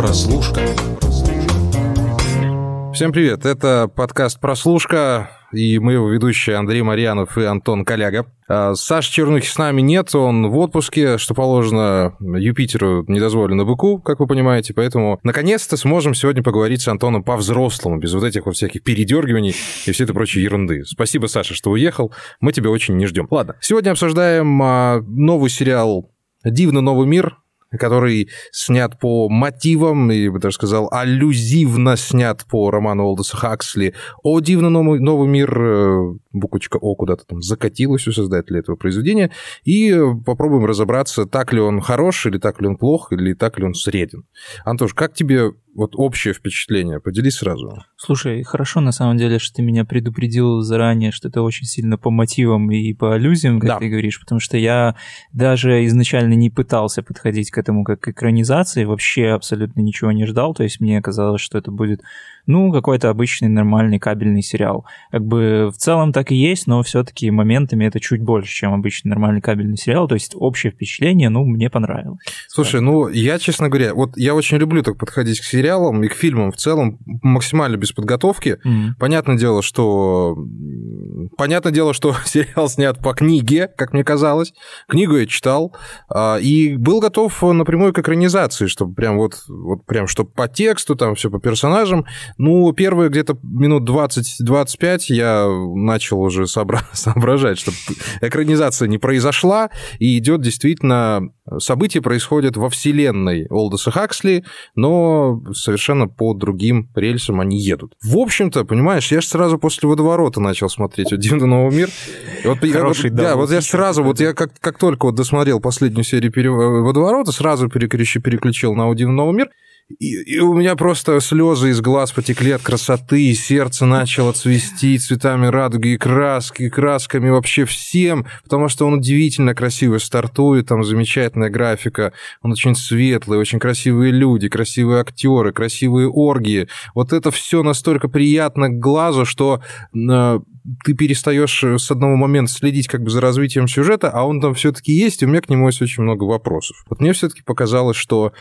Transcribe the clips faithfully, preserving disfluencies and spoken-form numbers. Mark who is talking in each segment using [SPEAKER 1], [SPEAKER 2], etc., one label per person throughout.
[SPEAKER 1] Прослушка.
[SPEAKER 2] Всем привет, это подкаст «Прослушка», и мы его ведущие Андрей Марьянов и Антон Коляга. Саши Чернухи с нами нет, он в отпуске, что положено Юпитеру не дозволено быку, как вы понимаете, поэтому наконец-то сможем сегодня поговорить с Антоном по-взрослому, без вот этих вот всяких передергиваний и всей этой прочей ерунды. Спасибо, Саша, что уехал, мы тебя очень не ждем. Ладно, сегодня обсуждаем новый сериал «Дивный новый мир», который снят по мотивам, и я бы даже сказал, аллюзивно снят по роману Олдоса Хаксли «О, дивный новый, новый мир», буквочка «О» куда-то там закатилась у создателя этого произведения, и попробуем разобраться, так ли он хорош, или так ли он плох, или так ли он среден. Антош, как тебе вот общее впечатление? Поделись сразу.
[SPEAKER 3] Слушай, хорошо на самом деле, что ты меня предупредил заранее, что это очень сильно по мотивам и по аллюзиям, как да. ты говоришь, потому что я даже изначально не пытался подходить к этому как к экранизации, вообще абсолютно ничего не ждал, то есть мне казалось, что это будет, ну, какой-то обычный нормальный кабельный сериал. Как бы в целом так и есть, но все-таки моментами это чуть больше, чем обычный нормальный кабельный сериал, то есть общее впечатление, ну, мне понравилось.
[SPEAKER 2] Слушай, ну, я, честно говоря, вот я очень люблю так подходить к сериалам и к фильмам в целом максимально без подготовки. Mm-hmm. Понятное дело, что... Понятное дело, что сериал снят по книге, как мне казалось. Книгу я читал и был готов напрямую к экранизации, чтобы прям вот, вот прям, чтобы по тексту, там все по персонажам. Ну, первые где-то минут двадцать-двадцать пять я начал уже сообра- соображать, что экранизация не произошла, и идет действительно... События происходят во вселенной Олдоса Хаксли, но совершенно по другим рельсам они едут. В общем-то, понимаешь, я же сразу после «Водоворота» начал смотреть «Дивный новый мир». Вот, Хороший, я, вот, да, да, вот я сразу, вот я как, как только вот досмотрел последнюю серию «Водоворота», сразу переключил, переключил на «Дивный новый мир», И, и у меня просто слезы из глаз потекли от красоты, и сердце начало цвести цветами радуги, и краски, и красками вообще всем, потому что он удивительно красиво стартует, там замечательная графика, он очень светлый, очень красивые люди, красивые актеры, красивые оргии. Вот это все настолько приятно к глазу, что э, ты перестаешь с одного момента следить как бы за развитием сюжета, а он там все-таки есть, и у меня к нему есть очень много вопросов. Вот мне все-таки показалось, что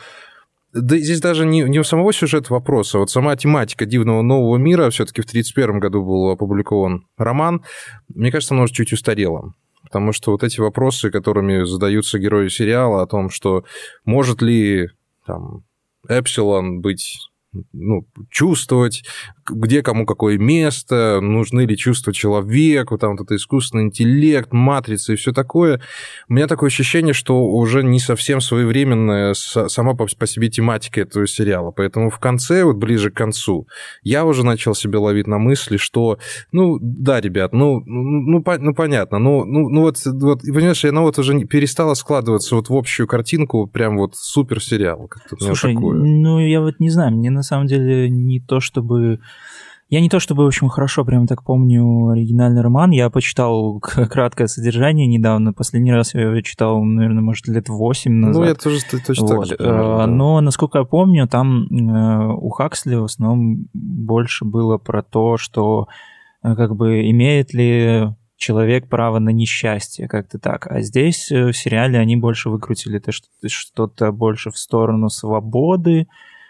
[SPEAKER 2] да здесь даже не, не у самого сюжета вопрос, а вот сама тематика «Дивного нового мира», все-таки в тридцать первом году был опубликован роман, мне кажется, она уже чуть устарела. Потому что вот эти вопросы, которыми задаются герои сериала, о том, что может ли там Эпсилон быть... ну, чувствовать, где кому какое место, нужны ли чувства человеку, там вот это искусственный интеллект, матрица и все такое. У меня такое ощущение, что уже не совсем своевременная сама по себе тематика этого сериала. Поэтому в конце, вот ближе к концу, я уже начал себя ловить на мысли, что, ну, да, ребят, ну, ну, ну понятно, ну, ну, ну вот, вот, понимаешь, она вот уже перестала складываться вот в общую картинку прям вот супер сериал.
[SPEAKER 3] Слушай, ну, я вот не знаю, мне на самом деле не то чтобы... Я не то чтобы, в общем, хорошо прям так помню оригинальный роман. Я почитал краткое содержание недавно. Последний раз я его читал, наверное, может, лет восемь назад.
[SPEAKER 2] Ну, я тоже точно
[SPEAKER 3] вот.
[SPEAKER 2] так же понимаю, да.
[SPEAKER 3] Но, насколько я помню, там у Хаксли в основном больше было про то, что как бы имеет ли человек право на несчастье, как-то так. А здесь в сериале они больше выкрутили это что-то больше в сторону свободы,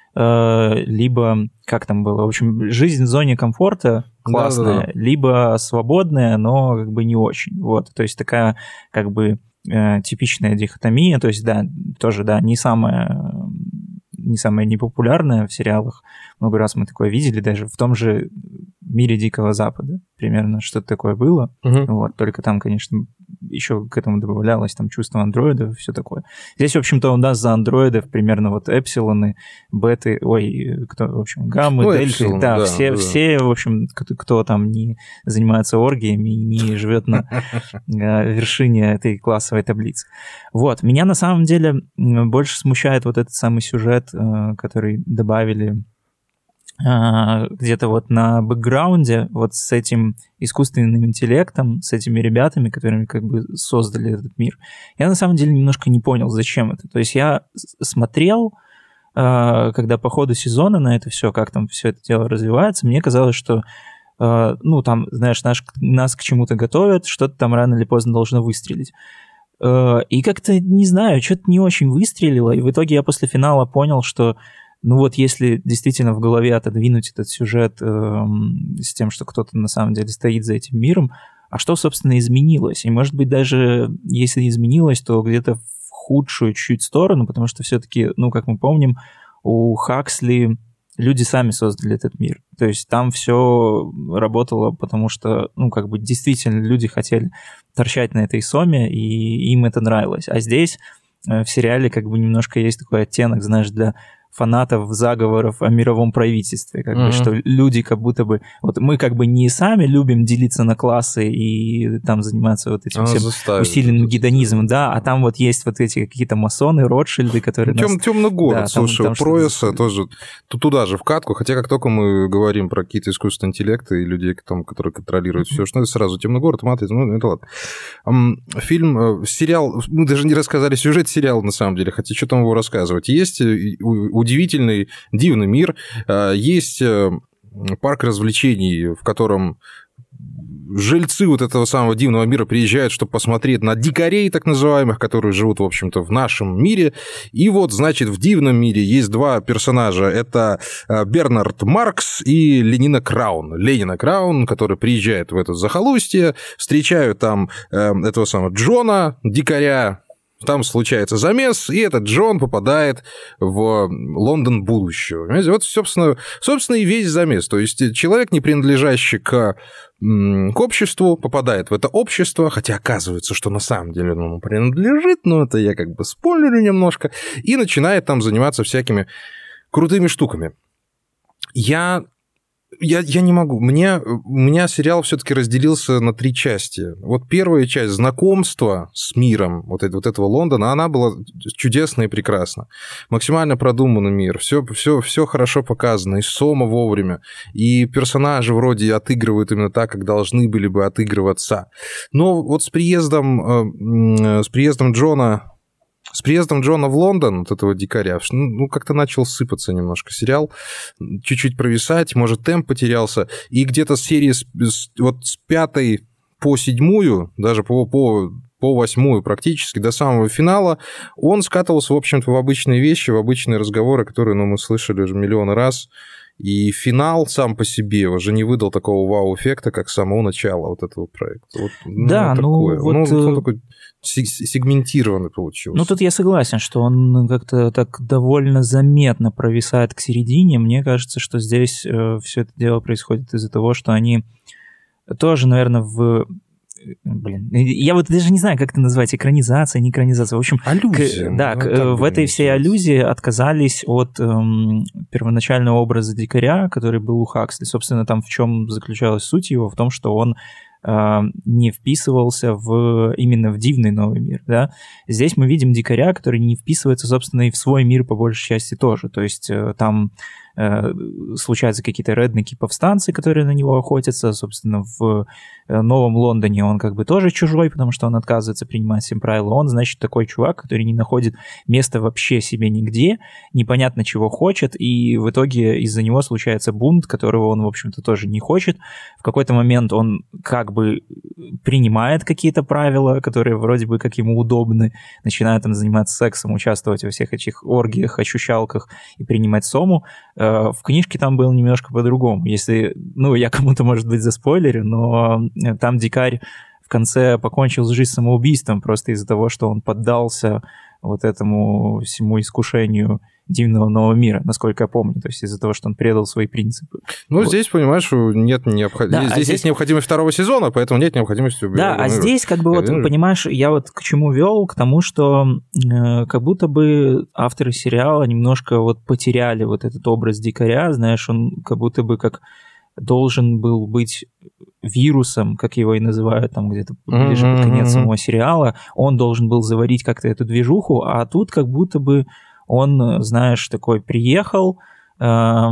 [SPEAKER 3] либо, как там было, в общем, жизнь в зоне комфорта классная, да, да, да. либо свободная, но как бы не очень. Вот, то есть такая как бы э, типичная дихотомия, то есть, да, тоже, да, не самая, не самая непопулярная в сериалах. Много раз мы такое видели, даже в том же «Мире Дикого Запада» примерно что-то такое было. Uh-huh. Вот, только там, конечно, еще к этому добавлялось там чувство андроидов и все такое. Здесь, в общем-то, у нас за андроидов примерно вот эпсилоны, беты, ой, кто, в общем, гаммы, ну, дельты, эпсилон, да, да, все, да. все, в общем, кто, кто там не занимается оргиями и не живет на вершине этой классовой таблицы. Вот, меня на самом деле больше смущает вот этот самый сюжет, который добавили где-то вот на бэкграунде, вот с этим искусственным интеллектом, с этими ребятами, которыми как бы создали этот мир. Я на самом деле немножко не понял, зачем это. То есть я смотрел, когда по ходу сезона на это все, как там все это дело развивается, мне казалось, что ну там, знаешь, наш, нас к чему-то готовят, что-то там рано или поздно должно выстрелить. И как-то, не знаю, что-то не очень выстрелило, и в итоге я после финала понял, что ну вот если действительно в голове отодвинуть этот сюжет э, с тем, что кто-то на самом деле стоит за этим миром, а что, собственно, изменилось? И, может быть, даже если изменилось, то где-то в худшую чуть сторону, потому что все-таки, ну, как мы помним, у Хаксли люди сами создали этот мир. То есть там все работало, потому что, ну, как бы действительно люди хотели торчать на этой соме, и им это нравилось. А здесь в сериале как бы немножко есть такой оттенок, знаешь, для фанатов заговоров о мировом правительстве, как mm-hmm. бы, что люди как будто бы... Вот мы как бы не сами любим делиться на классы и там заниматься вот этим Она всем заставит. усиленным гедонизмом, да, а там вот есть вот эти какие-то масоны, Ротшильды, которые...
[SPEAKER 2] Тем,
[SPEAKER 3] нас...
[SPEAKER 2] Темный город,
[SPEAKER 3] да,
[SPEAKER 2] слушай,
[SPEAKER 3] там,
[SPEAKER 2] у Пройса тоже туда же в катку, хотя как только мы говорим про какие-то искусственные интеллекты и людей, там, которые контролируют mm-hmm. все, что это сразу Темный город, матрица, ну это ладно. Фильм, сериал, мы даже не рассказали сюжет сериала на самом деле, хотя что там его рассказывать. Есть удивительный, дивный мир. Есть парк развлечений, в котором жильцы вот этого самого дивного мира приезжают, чтобы посмотреть на дикарей, так называемых, которые живут, в общем-то, в нашем мире. И вот, значит, в дивном мире есть два персонажа. Это Бернард Маркс и Ленина Краун. Ленина Краун, который приезжает в это захолустье, встречают там этого самого Джона, дикаря. Там случается замес, и этот Джон попадает в Лондон будущего. Понимаете? Вот, собственно, собственно, и весь замес. То есть человек, не принадлежащий к, к обществу, попадает в это общество, хотя оказывается, что на самом деле он ему принадлежит, но это я как бы спойлерю немножко, и начинает там заниматься всякими крутыми штуками. Я... Я, я не могу. Мне, у меня сериал все-таки разделился на три части. Вот первая часть знакомства с миром вот, это, вот этого Лондона, она была чудесна и прекрасна. Максимально продуманный мир, все, все, все хорошо показано, и Сома вовремя, и персонажи вроде отыгрывают именно так, как должны были бы отыгрываться. Но вот с приездом, с приездом Джона... С приездом Джона в Лондон, вот этого дикаря, ну, как-то начал сыпаться немножко сериал, чуть-чуть провисать, может, темп потерялся, и где-то с серии с, с, вот с пятой по седьмую, даже по, по, по восьмую практически, до самого финала, он скатывался, в общем-то, в обычные вещи, в обычные разговоры, которые, ну, мы слышали уже миллион раз, и финал сам по себе уже не выдал такого вау-эффекта, как с самого начала вот этого проекта. Вот,
[SPEAKER 3] да, ну,
[SPEAKER 2] ну
[SPEAKER 3] вот...
[SPEAKER 2] Ну, он такой сегментированный получился.
[SPEAKER 3] Ну, тут я согласен, что он как-то так довольно заметно провисает к середине. Мне кажется, что здесь э, все это дело происходит из-за того, что они тоже, наверное, в... Блин, я вот даже не знаю, как это назвать, экранизация, не экранизация. В общем,
[SPEAKER 2] аллюзия.
[SPEAKER 3] К, да,
[SPEAKER 2] ну,
[SPEAKER 3] к, в этой всей аллюзии отказались от эм, первоначального образа дикаря, который был у Хаксли. Собственно, там в чем заключалась суть его? В том, что он э, не вписывался в, именно в дивный новый мир. Да? Здесь мы видим дикаря, который не вписывается, собственно, и в свой мир по большей части тоже. То есть э, там э, случаются какие-то реднеки-повстанцы, которые на него охотятся. Собственно, в Новом Лондоне он как бы тоже чужой, потому что он отказывается принимать все правила. Он, значит, такой чувак, который не находит места вообще себе нигде, непонятно чего хочет, и в итоге из-за него случается бунт, которого он, в общем-то, тоже не хочет. В какой-то момент он как бы принимает какие-то правила, которые вроде бы как ему удобны, начинает там заниматься сексом, участвовать во всех этих оргиях, ощущалках и принимать сому. В книжке там было немножко по-другому. Если, ну, я кому-то, может быть, заспойлерю, но там дикарь в конце покончил жизнь самоубийством просто из-за того, что он поддался вот этому всему искушению дивного нового мира, насколько я помню, то есть из-за того, что он предал свои принципы.
[SPEAKER 2] Ну, вот. Здесь, понимаешь, нет
[SPEAKER 3] Да,
[SPEAKER 2] необходимости. Здесь,
[SPEAKER 3] а здесь
[SPEAKER 2] есть необходимость второго сезона, поэтому нет необходимости убивать.
[SPEAKER 3] Да, а здесь, как бы, вот, понимаешь, я вот к чему вел, к тому, что э, как будто бы авторы сериала немножко вот потеряли вот этот образ дикаря, знаешь, он как будто бы как должен был быть вирусом, как его и называют там где-то ближе mm-hmm. под конец самого сериала, он должен был заварить как-то эту движуху, а тут как будто бы он, знаешь, такой приехал, э,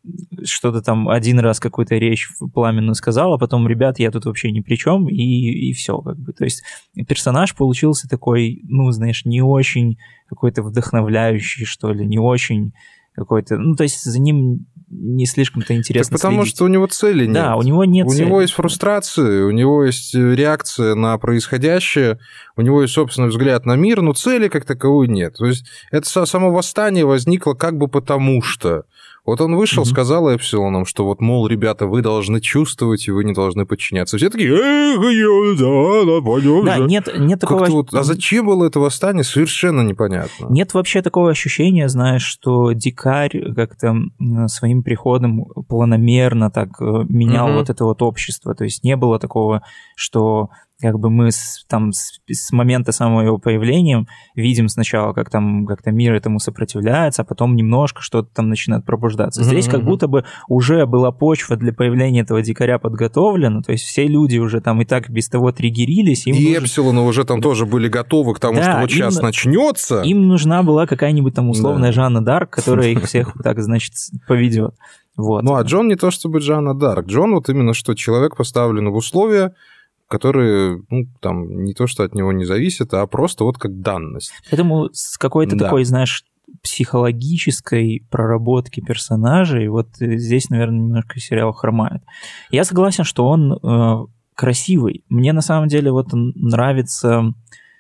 [SPEAKER 3] что-то там один раз какую-то речь пламенную сказал, а потом, ребят, я тут вообще ни при чем, и, и все, как бы. То есть персонаж получился такой, ну, знаешь, не очень какой-то вдохновляющий, что ли, не очень какой-то... Ну, то есть за ним не слишком-то интересно
[SPEAKER 2] так потому
[SPEAKER 3] следить.
[SPEAKER 2] что у него цели нет.
[SPEAKER 3] Да, у него нет
[SPEAKER 2] У
[SPEAKER 3] цели.
[SPEAKER 2] него есть фрустрации, у него есть реакция на происходящее, у него есть собственный взгляд на мир, но цели как таковой нет. То есть это само восстание возникло как бы потому что... Вот он вышел, mm-hmm. сказал Эпсилонам, что вот, мол, ребята, вы должны чувствовать, и вы не должны подчиняться. Все такие, эх, да, да, пойдем
[SPEAKER 3] да,
[SPEAKER 2] же.
[SPEAKER 3] нет, нет такого...
[SPEAKER 2] Вот, а зачем было это восстание, совершенно непонятно.
[SPEAKER 3] Нет вообще такого ощущения, знаешь, что дикарь как-то своим приходом планомерно так менял mm-hmm. вот это вот общество. То есть не было такого, что... как бы мы с, там с, с момента самого его появления видим сначала, как там как-то мир этому сопротивляется, а потом немножко что-то там начинает пробуждаться. Здесь mm-hmm. как будто бы уже была почва для появления этого дикаря подготовлена, то есть все люди уже там и так без того триггерились. Им
[SPEAKER 2] и
[SPEAKER 3] нужно...
[SPEAKER 2] Эпсилоны уже там тоже были готовы к тому, да, что вот сейчас им... начнется.
[SPEAKER 3] Им нужна была какая-нибудь там условная да. Жанна Дарк, которая их всех так, значит, поведет. Вот.
[SPEAKER 2] Ну, а Джон не то чтобы Жанна Дарк. Джон вот именно что человек поставлен в условия, которые, ну, там, не то, что от него не зависят, а просто вот как данность.
[SPEAKER 3] Поэтому с какой-то да. такой, знаешь, психологической проработки персонажей, вот здесь, наверное, немножко сериал хромает. Я согласен, что он э, красивый. Мне, на самом деле, вот нравится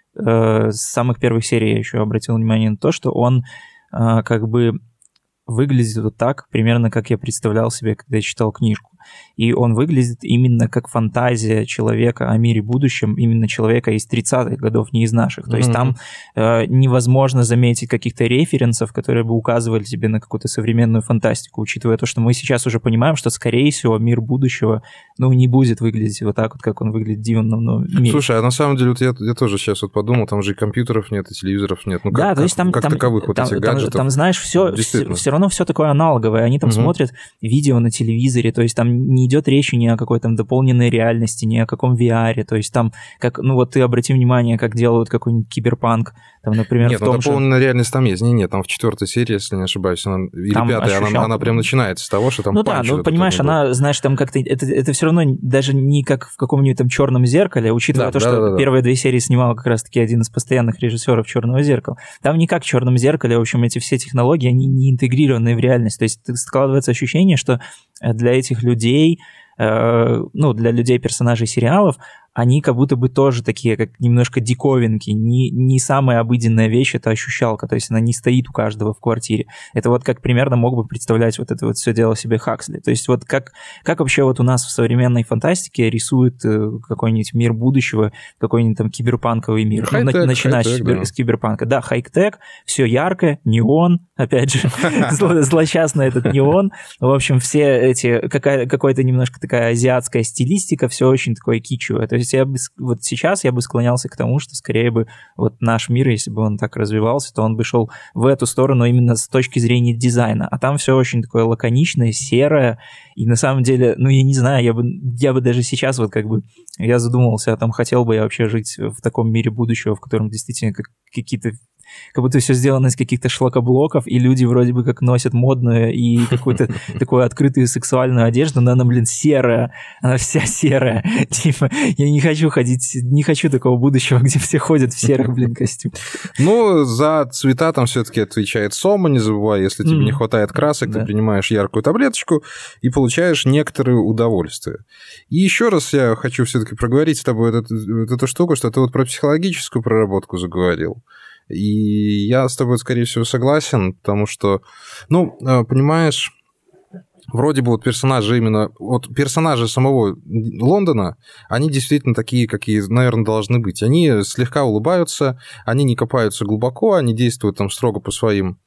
[SPEAKER 3] э, с самых первых серий, я еще обратил внимание на то, что он э, как бы выглядит вот так, примерно как я представлял себе, когда я читал книжку. И он выглядит именно как фантазия человека о мире будущем, именно человека из тридцатых годов, не из наших. То mm-hmm. есть там э, невозможно заметить каких-то референсов, которые бы указывали тебе на какую-то современную фантастику, учитывая то, что мы сейчас уже понимаем, что, скорее всего, мир будущего, ну, не будет выглядеть вот так вот, как он выглядит в дивном мире.
[SPEAKER 2] Слушай, а на самом деле, вот я, я тоже сейчас вот подумал, там же и компьютеров нет, и телевизоров нет. Ну, как,
[SPEAKER 3] да, то есть там,
[SPEAKER 2] как
[SPEAKER 3] там,
[SPEAKER 2] таковых
[SPEAKER 3] там,
[SPEAKER 2] вот этих
[SPEAKER 3] там,
[SPEAKER 2] гаджетов.
[SPEAKER 3] Там, знаешь, все, все, все равно все такое аналоговое. Они там mm-hmm. смотрят видео на телевизоре, то есть там не идет речи ни о какой там дополненной реальности, ни о каком ви ар, то есть там, как, ну вот ты обрати внимание, как делают какой-нибудь киберпанк, там, например,
[SPEAKER 2] нет,
[SPEAKER 3] в том
[SPEAKER 2] ну дополненная же... реальность там есть, не, нет, там в четвертой серии, если не ошибаюсь, она, или там пятая, она, она прям начинается с того, что там
[SPEAKER 3] ну да, ну понимаешь, она, знаешь, там как-то, это, это все равно даже не как в каком-нибудь там черном зеркале, учитывая да, то, да, что да, да, первые две серии снимал как раз-таки один из постоянных режиссеров черного зеркала, там не как в черном зеркале, в общем, эти все технологии, они не интегрированы в реальность, то есть складывается ощущение, что для этих людей, ну, для людей-персонажей сериалов, они как будто бы тоже такие, как немножко диковинки, не, не самая обыденная вещь, это ощущалка, то есть она не стоит у каждого в квартире. Это вот как примерно мог бы представлять вот это вот все дело себе Хаксли. То есть вот как, как вообще вот у нас в современной фантастике рисуют какой-нибудь мир будущего, какой-нибудь там киберпанковый мир.
[SPEAKER 2] Хай-тек,
[SPEAKER 3] ну, начиная
[SPEAKER 2] хай-тек,
[SPEAKER 3] с, кибер,
[SPEAKER 2] да.
[SPEAKER 3] с киберпанка. Да, хай-тек, все ярко, неон, опять же, злосчастный этот неон. В общем, все эти, какая-то немножко такая азиатская стилистика, все очень такое кичевое. То есть я бы, вот сейчас я бы склонялся к тому, что скорее бы вот наш мир, если бы он так развивался, то он бы шел в эту сторону именно с точки зрения дизайна. А там все очень такое лаконичное, серое, и на самом деле, ну, я не знаю, я бы, я бы даже сейчас вот как бы, я задумался, а там хотел бы я вообще жить в таком мире будущего, в котором действительно как, какие-то как будто все сделано из каких-то шлакоблоков, и люди вроде бы как носят модную и какую-то такую открытую сексуальную одежду, но она, блин, серая, она вся серая. Типа, я не хочу ходить, не хочу такого будущего, где все ходят в серых, блин, костюмах.
[SPEAKER 2] Ну, за цвета там все-таки отвечает Сома, не забывай, если тебе не хватает красок, ты принимаешь яркую таблеточку и получаешь некоторое удовольствие. И еще раз я хочу все-таки проговорить с тобой эту, эту штуку, что ты вот про психологическую проработку заговорил. И я с тобой, скорее всего, согласен, потому что, ну, понимаешь, вроде бы вот персонажи именно, вот персонажи самого Лондона, они действительно такие, какие, наверное, должны быть. Они слегка улыбаются, они не копаются глубоко, они действуют там строго по своим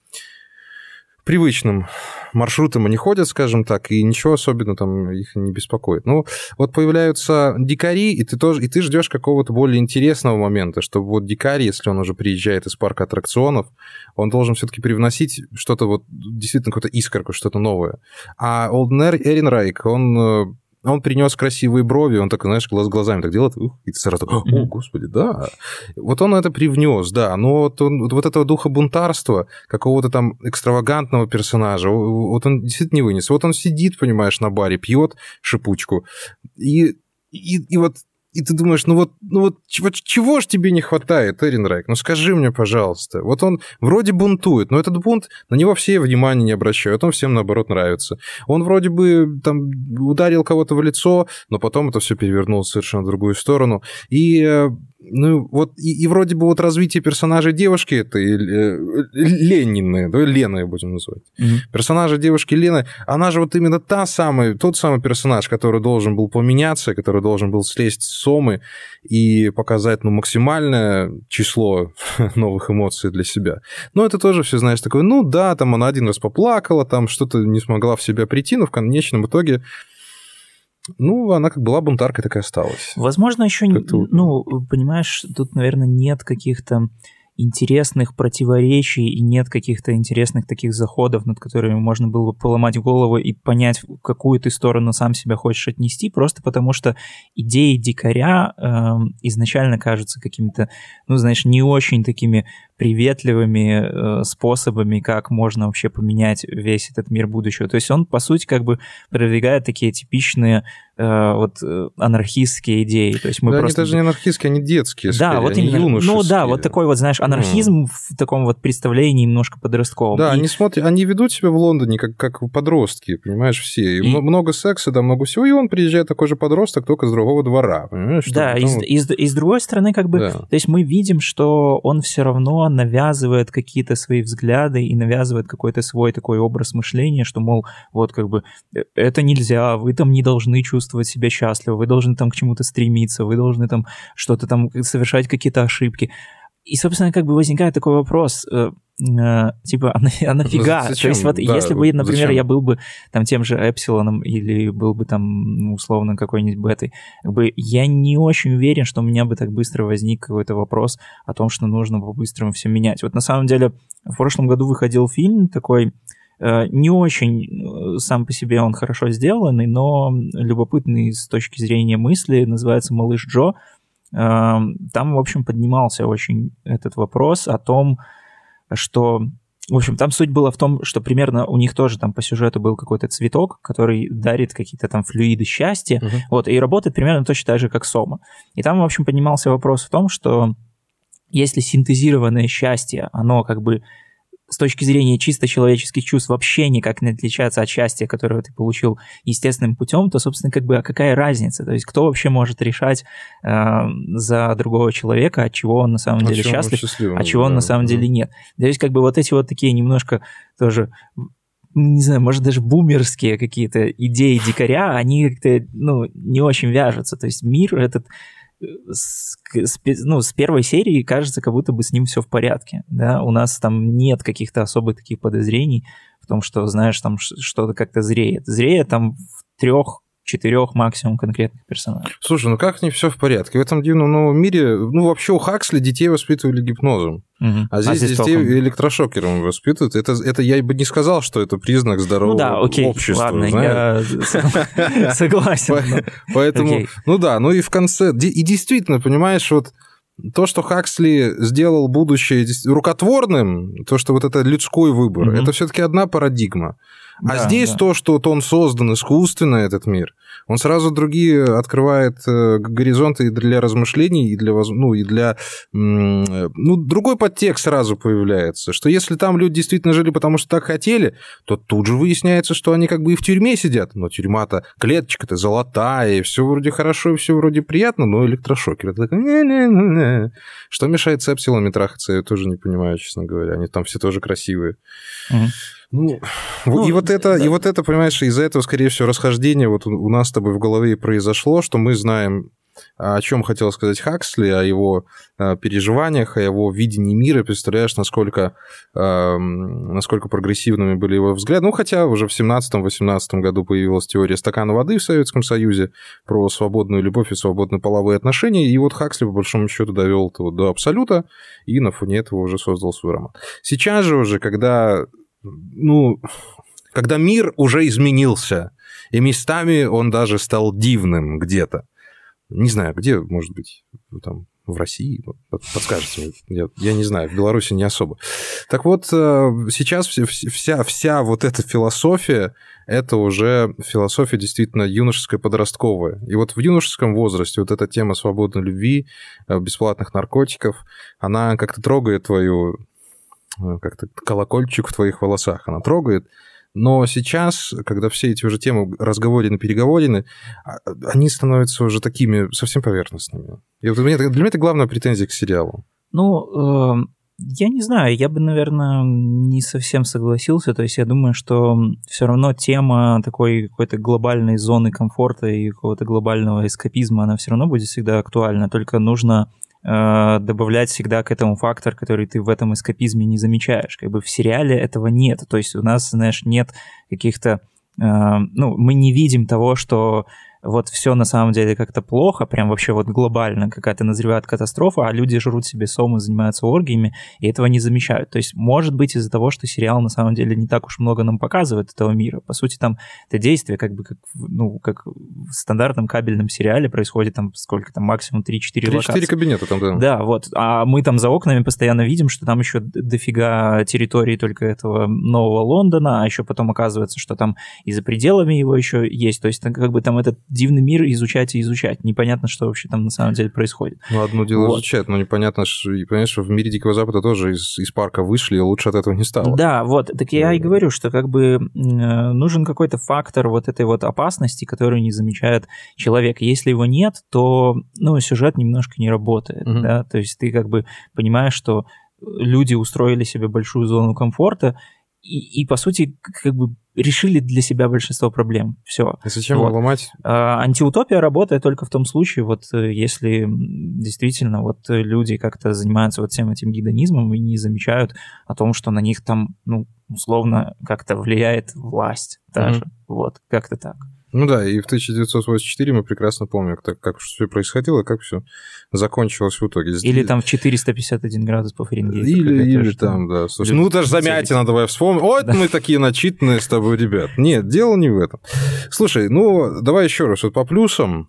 [SPEAKER 2] привычным маршрутам они ходят, скажем так, и ничего особенно там их не беспокоит. Ну, вот появляются дикари, и ты тоже, и ты ждешь какого-то более интересного момента, чтобы вот дикарь, если он уже приезжает из парка аттракционов, он должен все-таки привносить что-то вот, действительно, какую-то искорку, что-то новое. А Олден Эренрайк, он... Он принес красивые брови, он так, знаешь, глаз глазами так делает, ух, и ты сразу, о, mm-hmm. господи, да. Вот он это привнес, да, но вот, он, вот этого духа бунтарства, какого-то там экстравагантного персонажа, вот он действительно не вынес. Вот он сидит, понимаешь, на баре, пьет шипучку, и, и, и вот И ты думаешь, ну вот, ну вот чего, чего ж тебе не хватает, Эренрайк? Ну скажи мне, пожалуйста. Вот он вроде бунтует, но этот бунт, на него все внимания не обращают, он всем, наоборот, нравится. Он вроде бы там ударил кого-то в лицо, но потом это все перевернуло совершенно в другую сторону. И... Ну, вот, и, и вроде бы вот развитие персонажа девушки, это э, Ленины, да, Лена будем называть. Mm-hmm. Персонажа девушки Лены, она же вот именно та самая, тот самый персонаж, который должен был поменяться, который должен был слезть с Сомы и показать, ну, максимальное число новых эмоций для себя. Но это тоже все, знаешь, такое, ну, да, там она один раз поплакала, там что-то не смогла в себя прийти, но в конечном итоге... Ну, она как была бунтаркой, так и осталась.
[SPEAKER 3] Возможно, еще, ну, понимаешь, тут, наверное, нет каких-то интересных противоречий и нет каких-то интересных таких заходов, над которыми можно было бы поломать голову и понять, в какую ты сторону сам себя хочешь отнести, просто потому что идеи дикаря э, изначально кажутся какими-то, ну, знаешь, не очень такими приветливыми э, способами, как можно вообще поменять весь этот мир будущего. То есть он, по сути, как бы продвигает такие типичные э, вот анархистские идеи. То есть мы
[SPEAKER 2] да,
[SPEAKER 3] просто...
[SPEAKER 2] они даже не анархистские, они детские,
[SPEAKER 3] да,
[SPEAKER 2] скорее,
[SPEAKER 3] вот
[SPEAKER 2] они
[SPEAKER 3] именно.
[SPEAKER 2] юношеские.
[SPEAKER 3] Ну да, вот такой вот, знаешь, анархизм mm. в таком вот представлении немножко подростковом.
[SPEAKER 2] Да,
[SPEAKER 3] и...
[SPEAKER 2] они смотрят, они ведут себя в Лондоне как, как подростки, понимаешь, все. И, и много секса, да, много всего, и он приезжает такой же подросток, только с другого двора, понимаешь?
[SPEAKER 3] Да, и, вот... и, и с другой стороны, как бы, да. То есть мы видим, что он все равно навязывает какие-то свои взгляды и навязывает какой-то свой такой образ мышления, что, мол, вот как бы это нельзя, вы там не должны чувствовать себя счастливо, вы должны там к чему-то стремиться, вы должны там что-то там совершать какие-то ошибки. И, собственно, как бы возникает такой вопрос, э, э, типа, а, на, а нафига?
[SPEAKER 2] Зачем?
[SPEAKER 3] То есть вот да, если бы, например,
[SPEAKER 2] зачем?
[SPEAKER 3] я был бы там тем же Эпсилоном или был бы там, ну, условно, какой-нибудь Бетой, как бы я не очень уверен, что у меня бы так быстро возник какой-то вопрос о том, что нужно по-быстрому все менять. Вот на самом деле в прошлом году выходил фильм такой, э, не очень сам по себе он хорошо сделанный, но любопытный с точки зрения мысли, называется «Малыш Джо». Там, в общем, поднимался очень этот вопрос о том, что... В общем, там суть была в том, что примерно у них тоже там по сюжету был какой-то цветок, который дарит какие-то там флюиды счастья, uh-huh. вот, и работает примерно точно так же, как Сома. И там, в общем, поднимался вопрос в том, что если синтезированное счастье, оно как бы с точки зрения чисто человеческих чувств вообще никак не отличается от счастья, которое ты получил естественным путем, то, собственно, как бы, а какая разница? То есть кто вообще может решать э, за другого человека, от чего он на самом деле счастлив, от чего да, он на самом да. деле нет? То есть как бы вот эти вот такие немножко тоже... не знаю, может, даже бумерские какие-то идеи дикаря, они как-то, ну, не очень вяжутся. То есть мир этот... С, с, ну, с первой серии кажется, как будто бы с ним все в порядке, да, у нас там нет каких-то особых таких подозрений в том, что, знаешь, там что-то как-то зреет. Зреет там в трех четырех максимум конкретных персонажей.
[SPEAKER 2] Слушай, ну как не все в порядке? В этом дивном новом мире, ну вообще у Хаксли детей воспитывали гипнозом, угу. а здесь, а здесь детей толком... электрошокером воспитывают. Это, это я бы не сказал, что это признак здорового ну, да, окей, общества.
[SPEAKER 3] Ладно, я согласен.
[SPEAKER 2] Поэтому, ну да, ну и в конце, и действительно, понимаешь, вот то, что Хаксли сделал будущее рукотворным, то, что вот это людской выбор, mm-hmm. это все-таки одна парадигма. А да, здесь да. то, что вот он создан искусственно, этот мир, он сразу другие открывает горизонты и для размышлений, и для, ну, и для... Ну, другой подтекст сразу появляется, что если там люди действительно жили, потому что так хотели, то тут же выясняется, что они как бы и в тюрьме сидят. Но тюрьма-то, клеточка-то золотая, и все вроде хорошо, и все вроде приятно, но электрошокер. Это такой... Не-не-не-не. Что мешает с Эпсилонами трахаться, я тоже не понимаю, честно говоря. Они там все тоже красивые. Угу. Ну, ну, и вот это, да. и вот это, понимаешь, из-за этого, скорее всего, расхождение вот у нас с тобой в голове и произошло, что мы знаем, о чем хотел сказать Хаксли, о его переживаниях, о его видении мира. Представляешь, насколько, насколько прогрессивными были его взгляды. Ну, хотя уже в семнадцатом-восемнадцатом году появилась теория стакана воды в Советском Союзе про свободную любовь и свободные половые отношения, и вот Хаксли, по большому счету, довел это вот до абсолюта, и на фоне этого уже создал свой роман. Сейчас же уже, когда... Ну, когда мир уже изменился, и местами он даже стал дивным где-то. Не знаю, где, может быть, там, в России, подскажете мне, я, я не знаю, в Беларуси не особо. Так вот, сейчас вся, вся вот эта философия, это уже философия действительно юношеская, подростковая. И вот в юношеском возрасте вот эта тема свободной любви, бесплатных наркотиков, она как-то трогает твою, как-то колокольчик в твоих волосах, она трогает. Но сейчас, когда все эти уже темы разговорены, переговорены, они становятся уже такими совсем поверхностными. И вот для меня, для меня это главная претензия к сериалу.
[SPEAKER 3] Ну, э, я не знаю, я бы, наверное, не совсем согласился. То есть я думаю, что все равно тема такой какой-то глобальной зоны комфорта и какого-то глобального эскапизма, она все равно будет всегда актуальна. Только нужно добавлять всегда к этому фактор, который ты в этом эскапизме не замечаешь. Как бы в сериале этого нет. То есть у нас, знаешь, нет каких-то... Э, ну, мы не видим того, что вот все на самом деле как-то плохо, прям вообще вот глобально какая-то назревает катастрофа, а люди жрут себе сомы, занимаются оргиями, и этого не замечают. То есть, может быть, из-за того, что сериал на самом деле не так уж много нам показывает этого мира. По сути, там это действие как бы как, ну, как в стандартном кабельном сериале происходит там сколько там, максимум три-четыре локации.
[SPEAKER 2] три-четыре кабинета там, да.
[SPEAKER 3] Да, вот. А мы там за окнами постоянно видим, что там еще дофига территории только этого нового Лондона, а еще потом оказывается, что там и за пределами его еще есть. То есть, как бы там этот дивный мир изучать и изучать. Непонятно, что вообще там на самом деле происходит.
[SPEAKER 2] Ну, одно дело вот. изучать, но непонятно, что, и, понимаешь, что в мире Дикого Запада тоже из, из парка вышли, и лучше от этого не стало.
[SPEAKER 3] Да, вот. Так я и говорю, что как бы нужен какой-то фактор вот этой вот опасности, которую не замечает человек. Если его нет, то, ну, сюжет немножко не работает, mm-hmm. да, то есть ты как бы понимаешь, что люди устроили себе большую зону комфорта, И, и, по сути, как бы решили для себя большинство проблем. Все.
[SPEAKER 2] И зачем вот. ломать?
[SPEAKER 3] А, антиутопия работает только в том случае, вот если действительно вот люди как-то занимаются вот всем этим гедонизмом и не замечают о том, что на них там, ну, условно, как-то влияет власть даже. Mm-hmm. Вот, как-то так.
[SPEAKER 2] Ну да, и в тысяча девятьсот восемьдесят четыре мы прекрасно помним, как, как все происходило, как все закончилось в итоге.
[SPEAKER 3] Или там в четыреста пятьдесят один градус по Фаренгейту.
[SPEAKER 2] Или, или там, да. Слушай, ну даже Замятина давай вспомним. Ой, да. Мы такие начитанные с тобой, ребят. Нет, дело не в этом. Слушай, ну давай еще раз, вот по плюсам.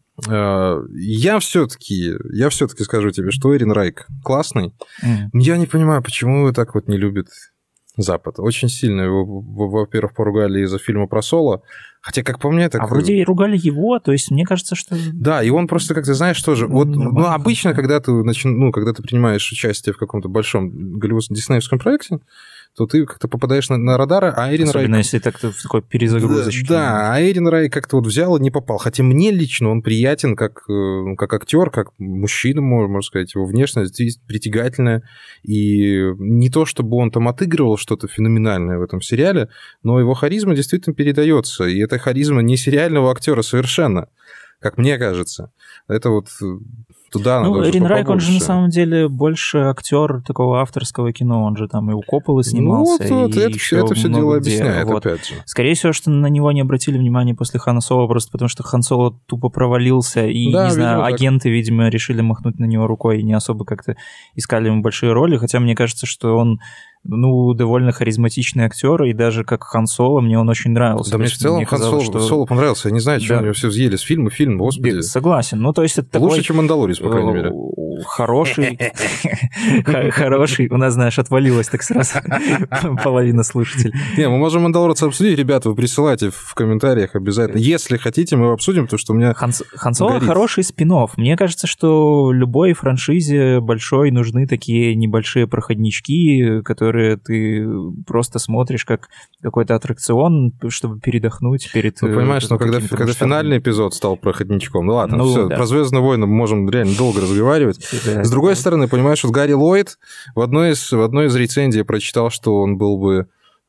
[SPEAKER 2] Я все-таки, я все-таки скажу тебе, что Эрин Райк классный. Mm. Я не понимаю, почему его так вот не любит Запад. Очень сильно его, во-первых, поругали из-за фильма про Соло. Хотя, как по мне, так...
[SPEAKER 3] А вроде и ругали его, то есть мне кажется, что...
[SPEAKER 2] Да, и он просто, как ты знаешь, тоже... Вот, ну, обычно, когда ты, начи... ну, когда ты принимаешь участие в каком-то большом голливудско-диснеевском проекте, то ты как-то попадаешь на, на радары, а Эрин Рай...
[SPEAKER 3] Особенно, если так в такой перезагрузочке.
[SPEAKER 2] Да, да, а Эрин Рай как-то вот взял и не попал. Хотя мне лично он приятен как, как актер, как мужчина, можно сказать. Его внешность здесь притягательная. И не то, чтобы он там отыгрывал что-то феноменальное в этом сериале, но его харизма действительно передается. И это харизма не сериального актера совершенно, как мне кажется. Это вот... Туда
[SPEAKER 3] ну, Эрин Райк, он же на самом деле больше актер такого авторского кино, он же там и у Копполы снимался, ну, вот,
[SPEAKER 2] и
[SPEAKER 3] это,
[SPEAKER 2] еще это все дело объясняет, вот. Опять же.
[SPEAKER 3] Скорее всего, что на него не обратили внимания после Хана Соло, просто потому что Хан Соло тупо провалился, и, да, не знаю, видимо, агенты, так. видимо, решили махнуть на него рукой и не особо как-то искали ему большие роли, хотя мне кажется, что он ну, довольно харизматичный актер, и даже как Хан Соло мне он очень нравился.
[SPEAKER 2] Да, мне в целом Хан Соло, что... Соло понравился. Я не знаю, что да. они все съели с фильма, фильм, господи.
[SPEAKER 3] Согласен. Ну, то есть это
[SPEAKER 2] лучше,
[SPEAKER 3] такой...
[SPEAKER 2] чем Мандалорец, по крайней мере.
[SPEAKER 3] Хороший. Хороший. У нас, знаешь, отвалилась так сразу половина слушателей.
[SPEAKER 2] Не, мы можем Мандалорца обсудить. Ребята, вы присылайте в комментариях обязательно. Если хотите, мы его обсудим, потому что у меня
[SPEAKER 3] Хан Соло хороший спин-офф. Мне кажется, что любой франшизе большой нужны такие небольшие проходнички, которые ты просто смотришь как какой-то аттракцион, чтобы передохнуть перед...
[SPEAKER 2] Ну, понимаешь, но когда, когда финальный эпизод стал проходничком, ну ладно, ну, все, да. Про «Звездные войны» мы можем реально долго разговаривать. Да, С другой да. стороны, понимаешь, вот Гарри Ллойд в одной из, в одной из рецензий я прочитал, что он был бы...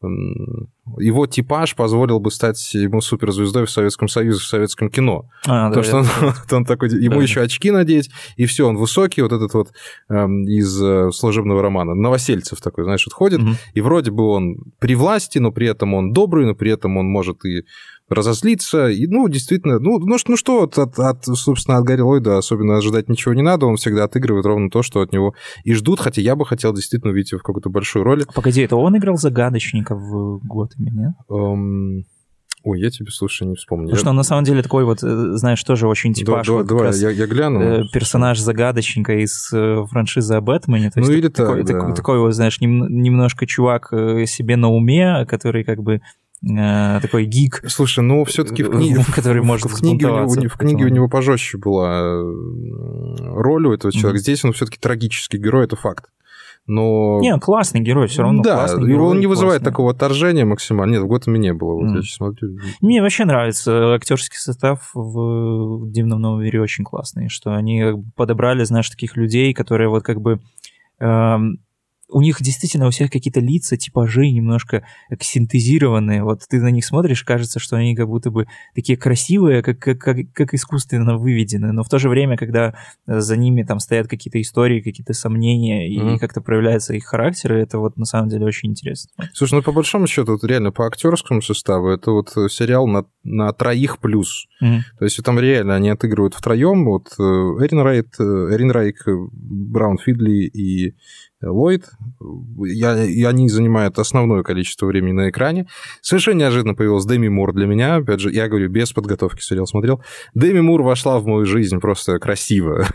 [SPEAKER 2] Его типаж позволил бы стать ему суперзвездой в Советском Союзе, в советском кино. А, Потому да, что он, он такой, ему да. еще очки надеть, и все, он высокий, вот этот вот эм, из э, служебного романа, Новосельцев такой, знаешь, вот ходит, угу. и вроде бы он при власти, но при этом он добрый, но при этом он может и разозлиться, и, ну, действительно, ну, ну, ну что, от, от, от, собственно, от Гарри Ллойда особенно ожидать ничего не надо, он всегда отыгрывает ровно то, что от него и ждут, хотя я бы хотел действительно увидеть его в какую-то большую роль.
[SPEAKER 3] Погоди, это он играл загадочника в Готэме, нет?
[SPEAKER 2] Um... Ой, я тебе, слушай, не вспомню.
[SPEAKER 3] Потому
[SPEAKER 2] я...
[SPEAKER 3] что он на самом деле такой вот, знаешь, тоже очень типаж.
[SPEAKER 2] Да,
[SPEAKER 3] вот
[SPEAKER 2] да, я, я гляну.
[SPEAKER 3] Персонаж загадочника из франшизы о Бэтмене. То
[SPEAKER 2] ну
[SPEAKER 3] есть
[SPEAKER 2] или
[SPEAKER 3] такой,
[SPEAKER 2] так,
[SPEAKER 3] такой,
[SPEAKER 2] да.
[SPEAKER 3] такой вот, знаешь, нем, немножко чувак себе на уме, который как бы э, такой гик.
[SPEAKER 2] Слушай, ну все-таки в книге,
[SPEAKER 3] который может
[SPEAKER 2] в книге, у него, в книге у него пожестче была роль у этого человека. Mm-hmm. Здесь он все-таки трагический герой, это факт. Но...
[SPEAKER 3] Не, классный герой, все равно
[SPEAKER 2] да,
[SPEAKER 3] классный
[SPEAKER 2] герой. Он не
[SPEAKER 3] классный.
[SPEAKER 2] вызывает такого отторжения максимально. Нет, в Готэме не было. Вот mm. я сейчас смотрю.
[SPEAKER 3] Мне вообще нравится актерский состав в «Дивном новом мире», очень классный, что они подобрали, знаешь, таких людей, которые вот как бы... Эм, у них действительно у всех какие-то лица, типажи немножко синтезированные. Вот ты на них смотришь, кажется, что они как будто бы такие красивые, как, как, как, как искусственно выведены. Но в то же время, когда за ними там стоят какие-то истории, какие-то сомнения, mm-hmm. и как-то проявляются их характеры, это вот на самом деле очень интересно.
[SPEAKER 2] Слушай, ну по большому счету, вот реально по актерскому составу, это вот сериал на, на троих плюс. Mm-hmm. То есть там реально они отыгрывают втроем. Вот Эрин Райт, Эрин Райк, Браун Фидли и Ллойд, я, и они занимают основное количество времени на экране. Совершенно неожиданно появилась Деми Мур для меня. Опять же, я говорю, без подготовки сериал смотрел. Деми Мур вошла в мою жизнь просто красиво.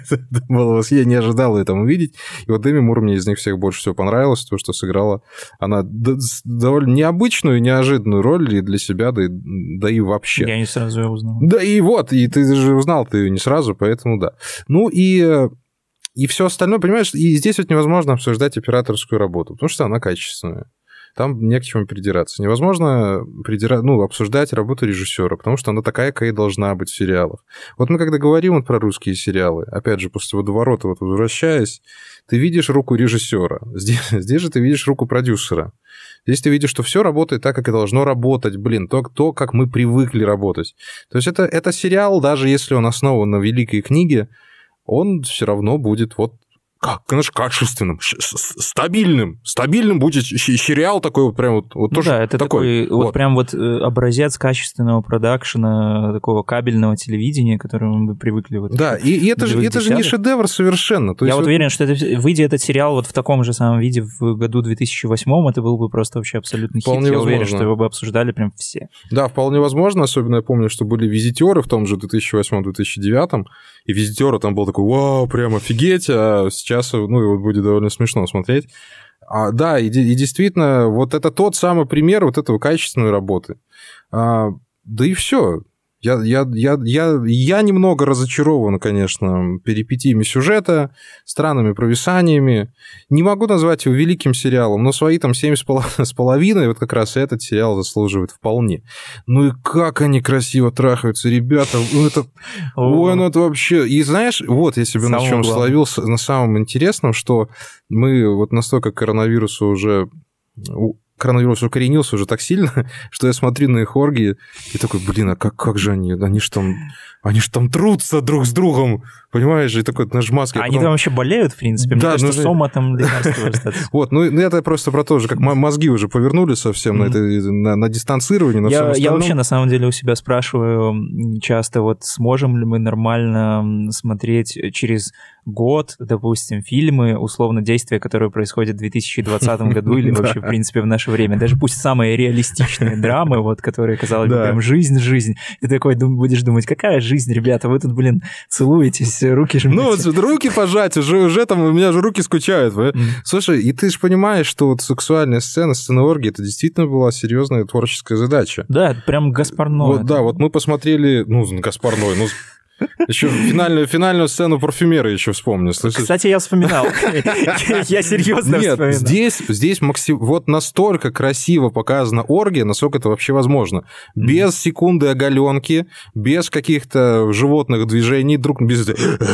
[SPEAKER 2] Я не ожидал ее там увидеть. И вот Деми Мур мне из них всех больше всего понравилось, то, что сыграла она довольно необычную, неожиданную роль и для себя, да и, да и вообще.
[SPEAKER 3] Я не сразу ее узнал.
[SPEAKER 2] Да и вот, и ты же узнал ты ее не сразу, поэтому да. Ну и... И все остальное, понимаешь, и здесь вот невозможно обсуждать операторскую работу, потому что она качественная. Там не к чему придираться. Невозможно придира... ну, обсуждать работу режиссера, потому что она такая, какая и должна быть в сериалах. Вот мы когда говорим вот про русские сериалы, опять же, после водоворота вот возвращаясь, ты видишь руку режиссера, здесь, здесь же ты видишь руку продюсера. Здесь ты видишь, что все работает так, как и должно работать, блин, то, то как мы привыкли работать. То есть это, это сериал, даже если он основан на великой книге, он все равно будет вот как, конечно, качественным, стабильным. Стабильным будет сериал такой вот прям вот, вот тоже
[SPEAKER 3] да, это такой, такой вот. вот прям вот образец качественного продакшена, такого кабельного телевидения, к которому мы привыкли. Вот
[SPEAKER 2] да, и, и это, же, это же не шедевр совершенно. То
[SPEAKER 3] Я
[SPEAKER 2] есть
[SPEAKER 3] вот
[SPEAKER 2] вот...
[SPEAKER 3] уверен, что это, выйдя этот сериал вот в таком же самом виде в году две тысячи восьмом, это был бы просто вообще абсолютный
[SPEAKER 2] вполне
[SPEAKER 3] хит. Я
[SPEAKER 2] возможно.
[SPEAKER 3] уверен, что его бы обсуждали прям все.
[SPEAKER 2] Да, вполне возможно. Особенно я помню, что были «Визитеры» в том же две тысячи восьмом - две тысячи девятом, и «Визитеры» там был такой, вау, прям офигеть, а сейчас, ну, его будет довольно смешно смотреть. А, да, и, и действительно, вот это тот самый пример вот этого качественной работы. А, да и все. Я, я, я, я, я немного разочарован, конечно, перипетиями сюжета, странными провисаниями. Не могу назвать его великим сериалом, но свои там семь с половиной, вот как раз этот сериал заслуживает вполне. Ну и как они красиво трахаются, ребята. Ну это... Ой, ну это вообще... И знаешь, вот я себе на чем словил, на самом интересном, что мы вот настолько коронавирусу уже... коронавирус укоренился уже так сильно, что я смотрю на их оргии и такой, блин, а как, как же они? Они же там, они же там трутся друг с другом, понимаешь? И такой наш маски.
[SPEAKER 3] А потом... Они там вообще болеют, в принципе? Мне
[SPEAKER 2] да,
[SPEAKER 3] кажется,
[SPEAKER 2] ну,
[SPEAKER 3] сома там лекарство.
[SPEAKER 2] Вот, ну это просто про то же, как мозги уже повернули совсем на, это, на, на дистанцирование, на всем остальном.
[SPEAKER 3] Я вообще, на самом деле, у себя спрашиваю часто, вот сможем ли мы нормально смотреть через год, допустим, фильмы, условно, действия, которые происходят в две тысячи двадцатом году или вообще, в принципе, в наше время. Даже пусть самые реалистичные драмы, вот, которые, казалось бы, прям жизнь-жизнь. Ты такой будешь думать, какая жизнь, ребята, вы тут, блин, целуетесь, руки жмете.
[SPEAKER 2] Ну, вот руки пожать, уже, уже там у меня же руки скучают. Mm. Слушай, и ты же понимаешь, что вот сексуальная сцена, сцена оргии, это действительно была серьезная творческая задача.
[SPEAKER 3] Да, это прям Гаспар Ноэ.
[SPEAKER 2] Вот, да, вот мы посмотрели, ну, Гаспар Ноэ, ну... Еще финальную, финальную сцену парфюмера еще вспомню. Слышишь?
[SPEAKER 3] Кстати, я вспоминал. Я серьезно
[SPEAKER 2] Нет,
[SPEAKER 3] вспоминал.
[SPEAKER 2] здесь, здесь максим... вот настолько красиво показана оргия, насколько это вообще возможно. Без секунды оголенки, без каких-то животных движений, друг без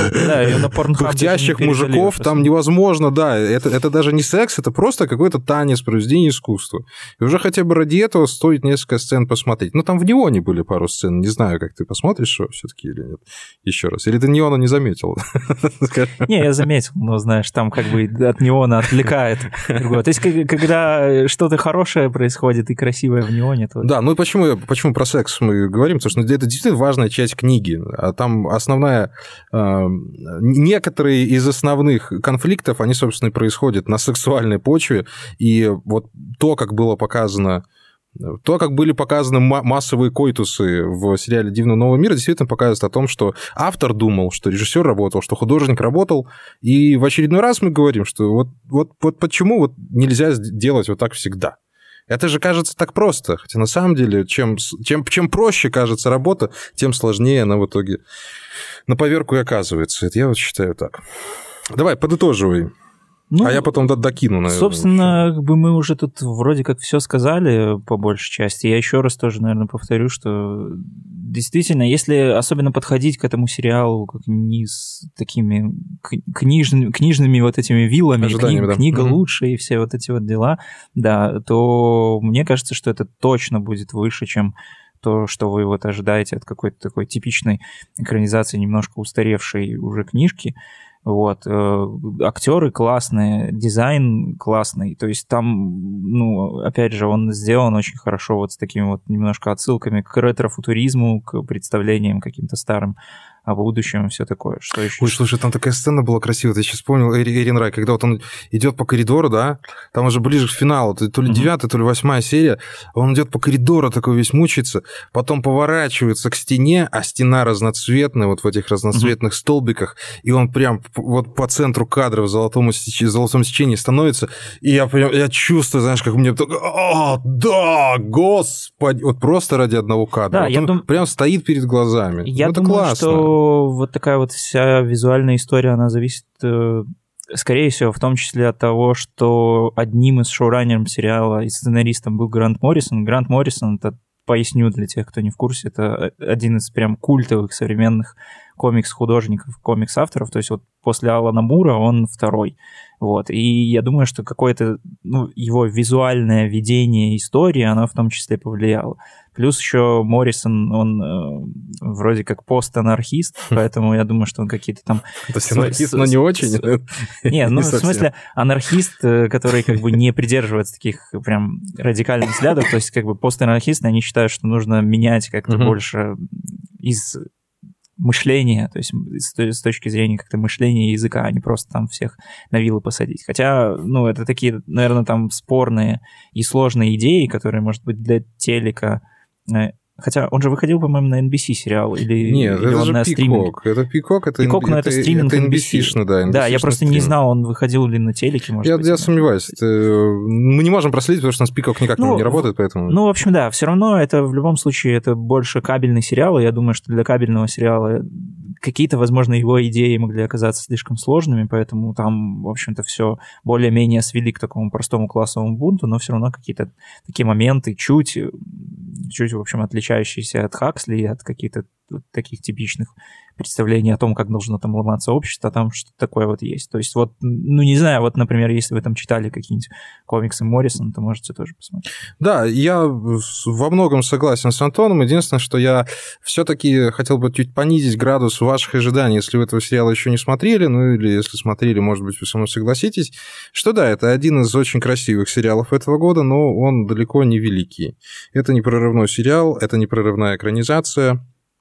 [SPEAKER 2] пыхтящих мужиков, там невозможно, да. Это, это даже не секс, это просто какой-то танец, произведение искусства. И уже хотя бы ради этого стоит несколько сцен посмотреть. Ну, там в Неоне были пару сцен, не знаю, как ты посмотришь его все-таки или нет. Еще раз. Или ты Неона не заметил?
[SPEAKER 3] Не, я заметил, но, знаешь, там как бы от Неона отвлекает. То есть, когда что-то хорошее происходит и красивое в Неоне, то...
[SPEAKER 2] Да, ну и почему, почему про секс мы говорим? Потому что это действительно важная часть книги. А там основная... Некоторые из основных конфликтов, они, собственно, происходят на сексуальной почве. И вот то, как было показано То, как были показаны массовые койтусы в сериале «Дивный новый мир», действительно показывает о том, что автор думал, что режиссер работал, что художник работал. И в очередной раз мы говорим, что вот, вот, вот почему вот нельзя делать вот так всегда. Это же кажется так просто. Хотя на самом деле, чем, чем, чем проще кажется работа, тем сложнее она в итоге на поверку и оказывается. Это я вот считаю так. Давай, подытоживай. Ну, а я потом докину, наверное.
[SPEAKER 3] Собственно, как бы мы уже тут вроде как все сказали по большей части. Я еще раз тоже, наверное, повторю, что действительно, если особенно подходить к этому сериалу как не с такими книжными, книжными вот этими вилами, кни, да. книга угу. лучше и все вот эти вот дела, да, то мне кажется, что это точно будет выше, чем то, что вы вот ожидаете от какой-то такой типичной экранизации, немножко устаревшей уже книжки. Вот, актеры классные, дизайн классный, то есть там, ну, опять же, он сделан очень хорошо вот с такими вот немножко отсылками к ретро-футуризму, к представлениям каким-то старым о будущем и все такое. Что еще?
[SPEAKER 2] Ой, слушай, там такая сцена была красивая, ты сейчас вспомнил Эрин Рай, когда вот он идет по коридору, да, там уже ближе к финалу, то ли девятая, то ли восьмая серия, он идет по коридору, такой весь мучается, потом поворачивается к стене, а стена разноцветная, вот в этих разноцветных mm-hmm. столбиках, и он прям вот по центру кадра в золотом, золотом сечении становится, и я прям, я чувствую, знаешь, как мне так, о, да, господи, вот просто ради одного кадра.
[SPEAKER 3] Да,
[SPEAKER 2] вот
[SPEAKER 3] я
[SPEAKER 2] он
[SPEAKER 3] дум...
[SPEAKER 2] прям стоит перед глазами.
[SPEAKER 3] Я
[SPEAKER 2] ну, это
[SPEAKER 3] думаю,
[SPEAKER 2] классно.
[SPEAKER 3] что вот такая вот вся визуальная история, она зависит, скорее всего, в том числе от того, что одним из шоураннеров сериала и сценаристом был Грант Моррисон. Грант Моррисон, это, поясню для тех, кто не в курсе, это один из прям культовых современных комикс-художников, комикс-авторов, то есть вот после Алана Мура он второй. Вот. И я думаю, что какое-то ну, его визуальное видение истории, оно в том числе повлияло. Плюс еще Моррисон, он э, вроде как постанархист, поэтому я думаю, что он какие-то там...
[SPEAKER 2] То есть анархист, но не очень?
[SPEAKER 3] Не, ну в смысле анархист, который как бы не придерживается таких прям радикальных взглядов, то есть как бы постанархисты, они считают, что нужно менять как-то больше из... мышления, то есть с точки зрения как-то мышления и языка, а не просто там всех на вилы посадить. Хотя, ну, это такие, наверное, там спорные и сложные идеи, которые, может быть, для телека... Хотя он же выходил, по-моему, на эн би си сериал, или,
[SPEAKER 2] Нет,
[SPEAKER 3] или
[SPEAKER 2] это
[SPEAKER 3] он
[SPEAKER 2] же
[SPEAKER 3] на
[SPEAKER 2] Пикок. Это Пикок, это,
[SPEAKER 3] Пикок, но это, это стриминг
[SPEAKER 2] это эн би си-шный, да. эн би си-шный
[SPEAKER 3] да, я просто
[SPEAKER 2] стрим.
[SPEAKER 3] не знал, он выходил ли на телеке, может
[SPEAKER 2] я,
[SPEAKER 3] быть.
[SPEAKER 2] Я сомневаюсь. Это... Мы не можем проследить, потому что у нас Пикок никак ну, не работает, поэтому...
[SPEAKER 3] Ну, в общем, да, все равно это в любом случае это больше кабельный сериал, и я думаю, что для кабельного сериала какие-то, возможно, его идеи могли оказаться слишком сложными, поэтому там, в общем-то, все более-менее свели к такому простому классовому бунту, но все равно какие-то такие моменты чуть, чуть, в общем, отличающиеся от Хаксли и от каких-то вот таких типичных представлений о том, как должно там ломаться общество, там что-то такое вот есть. То есть вот, ну, не знаю, вот, например, если вы там читали какие-нибудь комиксы Моррисона, то можете тоже посмотреть.
[SPEAKER 2] Да, я во многом согласен с Антоном. Единственное, что я все-таки хотел бы чуть понизить градус ваших ожиданий, если вы этого сериала еще не смотрели, ну, или если смотрели, может быть, вы со мной согласитесь, что да, это один из очень красивых сериалов этого года, но он далеко не великий. Это не прорывной сериал, это не прорывная экранизация.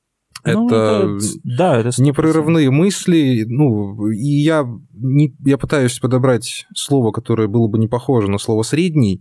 [SPEAKER 3] Ну,
[SPEAKER 2] это,
[SPEAKER 3] это да, это
[SPEAKER 2] непрерывные мысли, ну, и я, не, я пытаюсь подобрать слово, которое было бы не похоже на слово «средний»,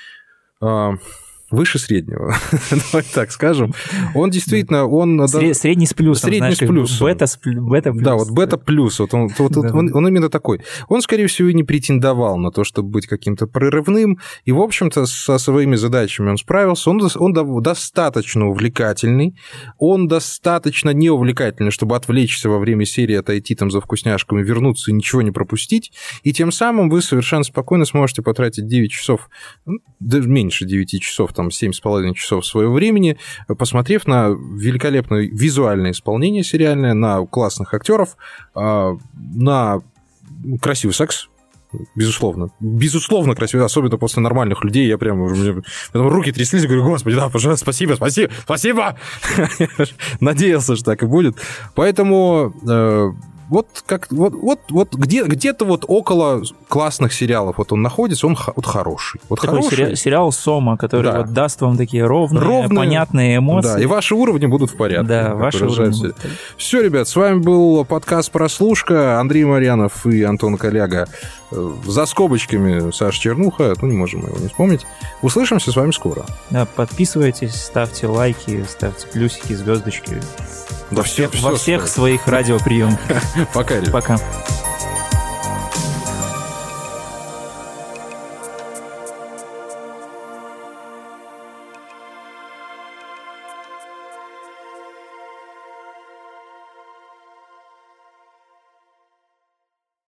[SPEAKER 2] выше среднего, давай так скажем. Он действительно... Он,
[SPEAKER 3] средний с плюсом,
[SPEAKER 2] средний
[SPEAKER 3] знаешь,
[SPEAKER 2] с плюсом.
[SPEAKER 3] Бета, бета плюс.
[SPEAKER 2] Да, вот бета плюс. Вот он, вот, да, он, он именно такой. Он, скорее всего, и не претендовал на то, чтобы быть каким-то прорывным. И, в общем-то, со своими задачами он справился. Он, он достаточно увлекательный. Он достаточно неувлекательный, чтобы отвлечься во время серии, отойти там за вкусняшками, вернуться и ничего не пропустить. И тем самым вы совершенно спокойно сможете потратить девять часов, даже меньше девяти часов, там, семь с половиной часов своего времени, посмотрев на великолепное визуальное исполнение сериальное, на классных актеров, на красивый секс, безусловно. Безусловно красивый, особенно после нормальных людей. Я прям, у меня прям руки тряслись, и говорю, господи, да, пожалуйста, спасибо, спасибо, спасибо! Надеялся, что так и будет. Поэтому вот как вот, вот, вот где, где-то вот около классных сериалов вот он находится, он вот хороший. Вот
[SPEAKER 3] Такой
[SPEAKER 2] хороший.
[SPEAKER 3] Сери- сериал «Сома», который
[SPEAKER 2] да.
[SPEAKER 3] вот даст вам такие ровные,
[SPEAKER 2] ровные,
[SPEAKER 3] понятные эмоции.
[SPEAKER 2] Да, и ваши уровни будут в порядке.
[SPEAKER 3] Да, ваши уровни будут.
[SPEAKER 2] Все, ребят, с вами был подкаст «Прослушка». Андрей Марьянов и Антон Коляга. За скобочками Саша Чернуха, ну не можем его не вспомнить. Услышимся с вами скоро.
[SPEAKER 3] Да, подписывайтесь, ставьте лайки, ставьте плюсики, звездочки.
[SPEAKER 2] Да,
[SPEAKER 3] во
[SPEAKER 2] все,
[SPEAKER 3] всех, во
[SPEAKER 2] все
[SPEAKER 3] всех
[SPEAKER 2] стоит.
[SPEAKER 3] своих радиоприемах.
[SPEAKER 2] Пока, ребят.
[SPEAKER 3] Пока.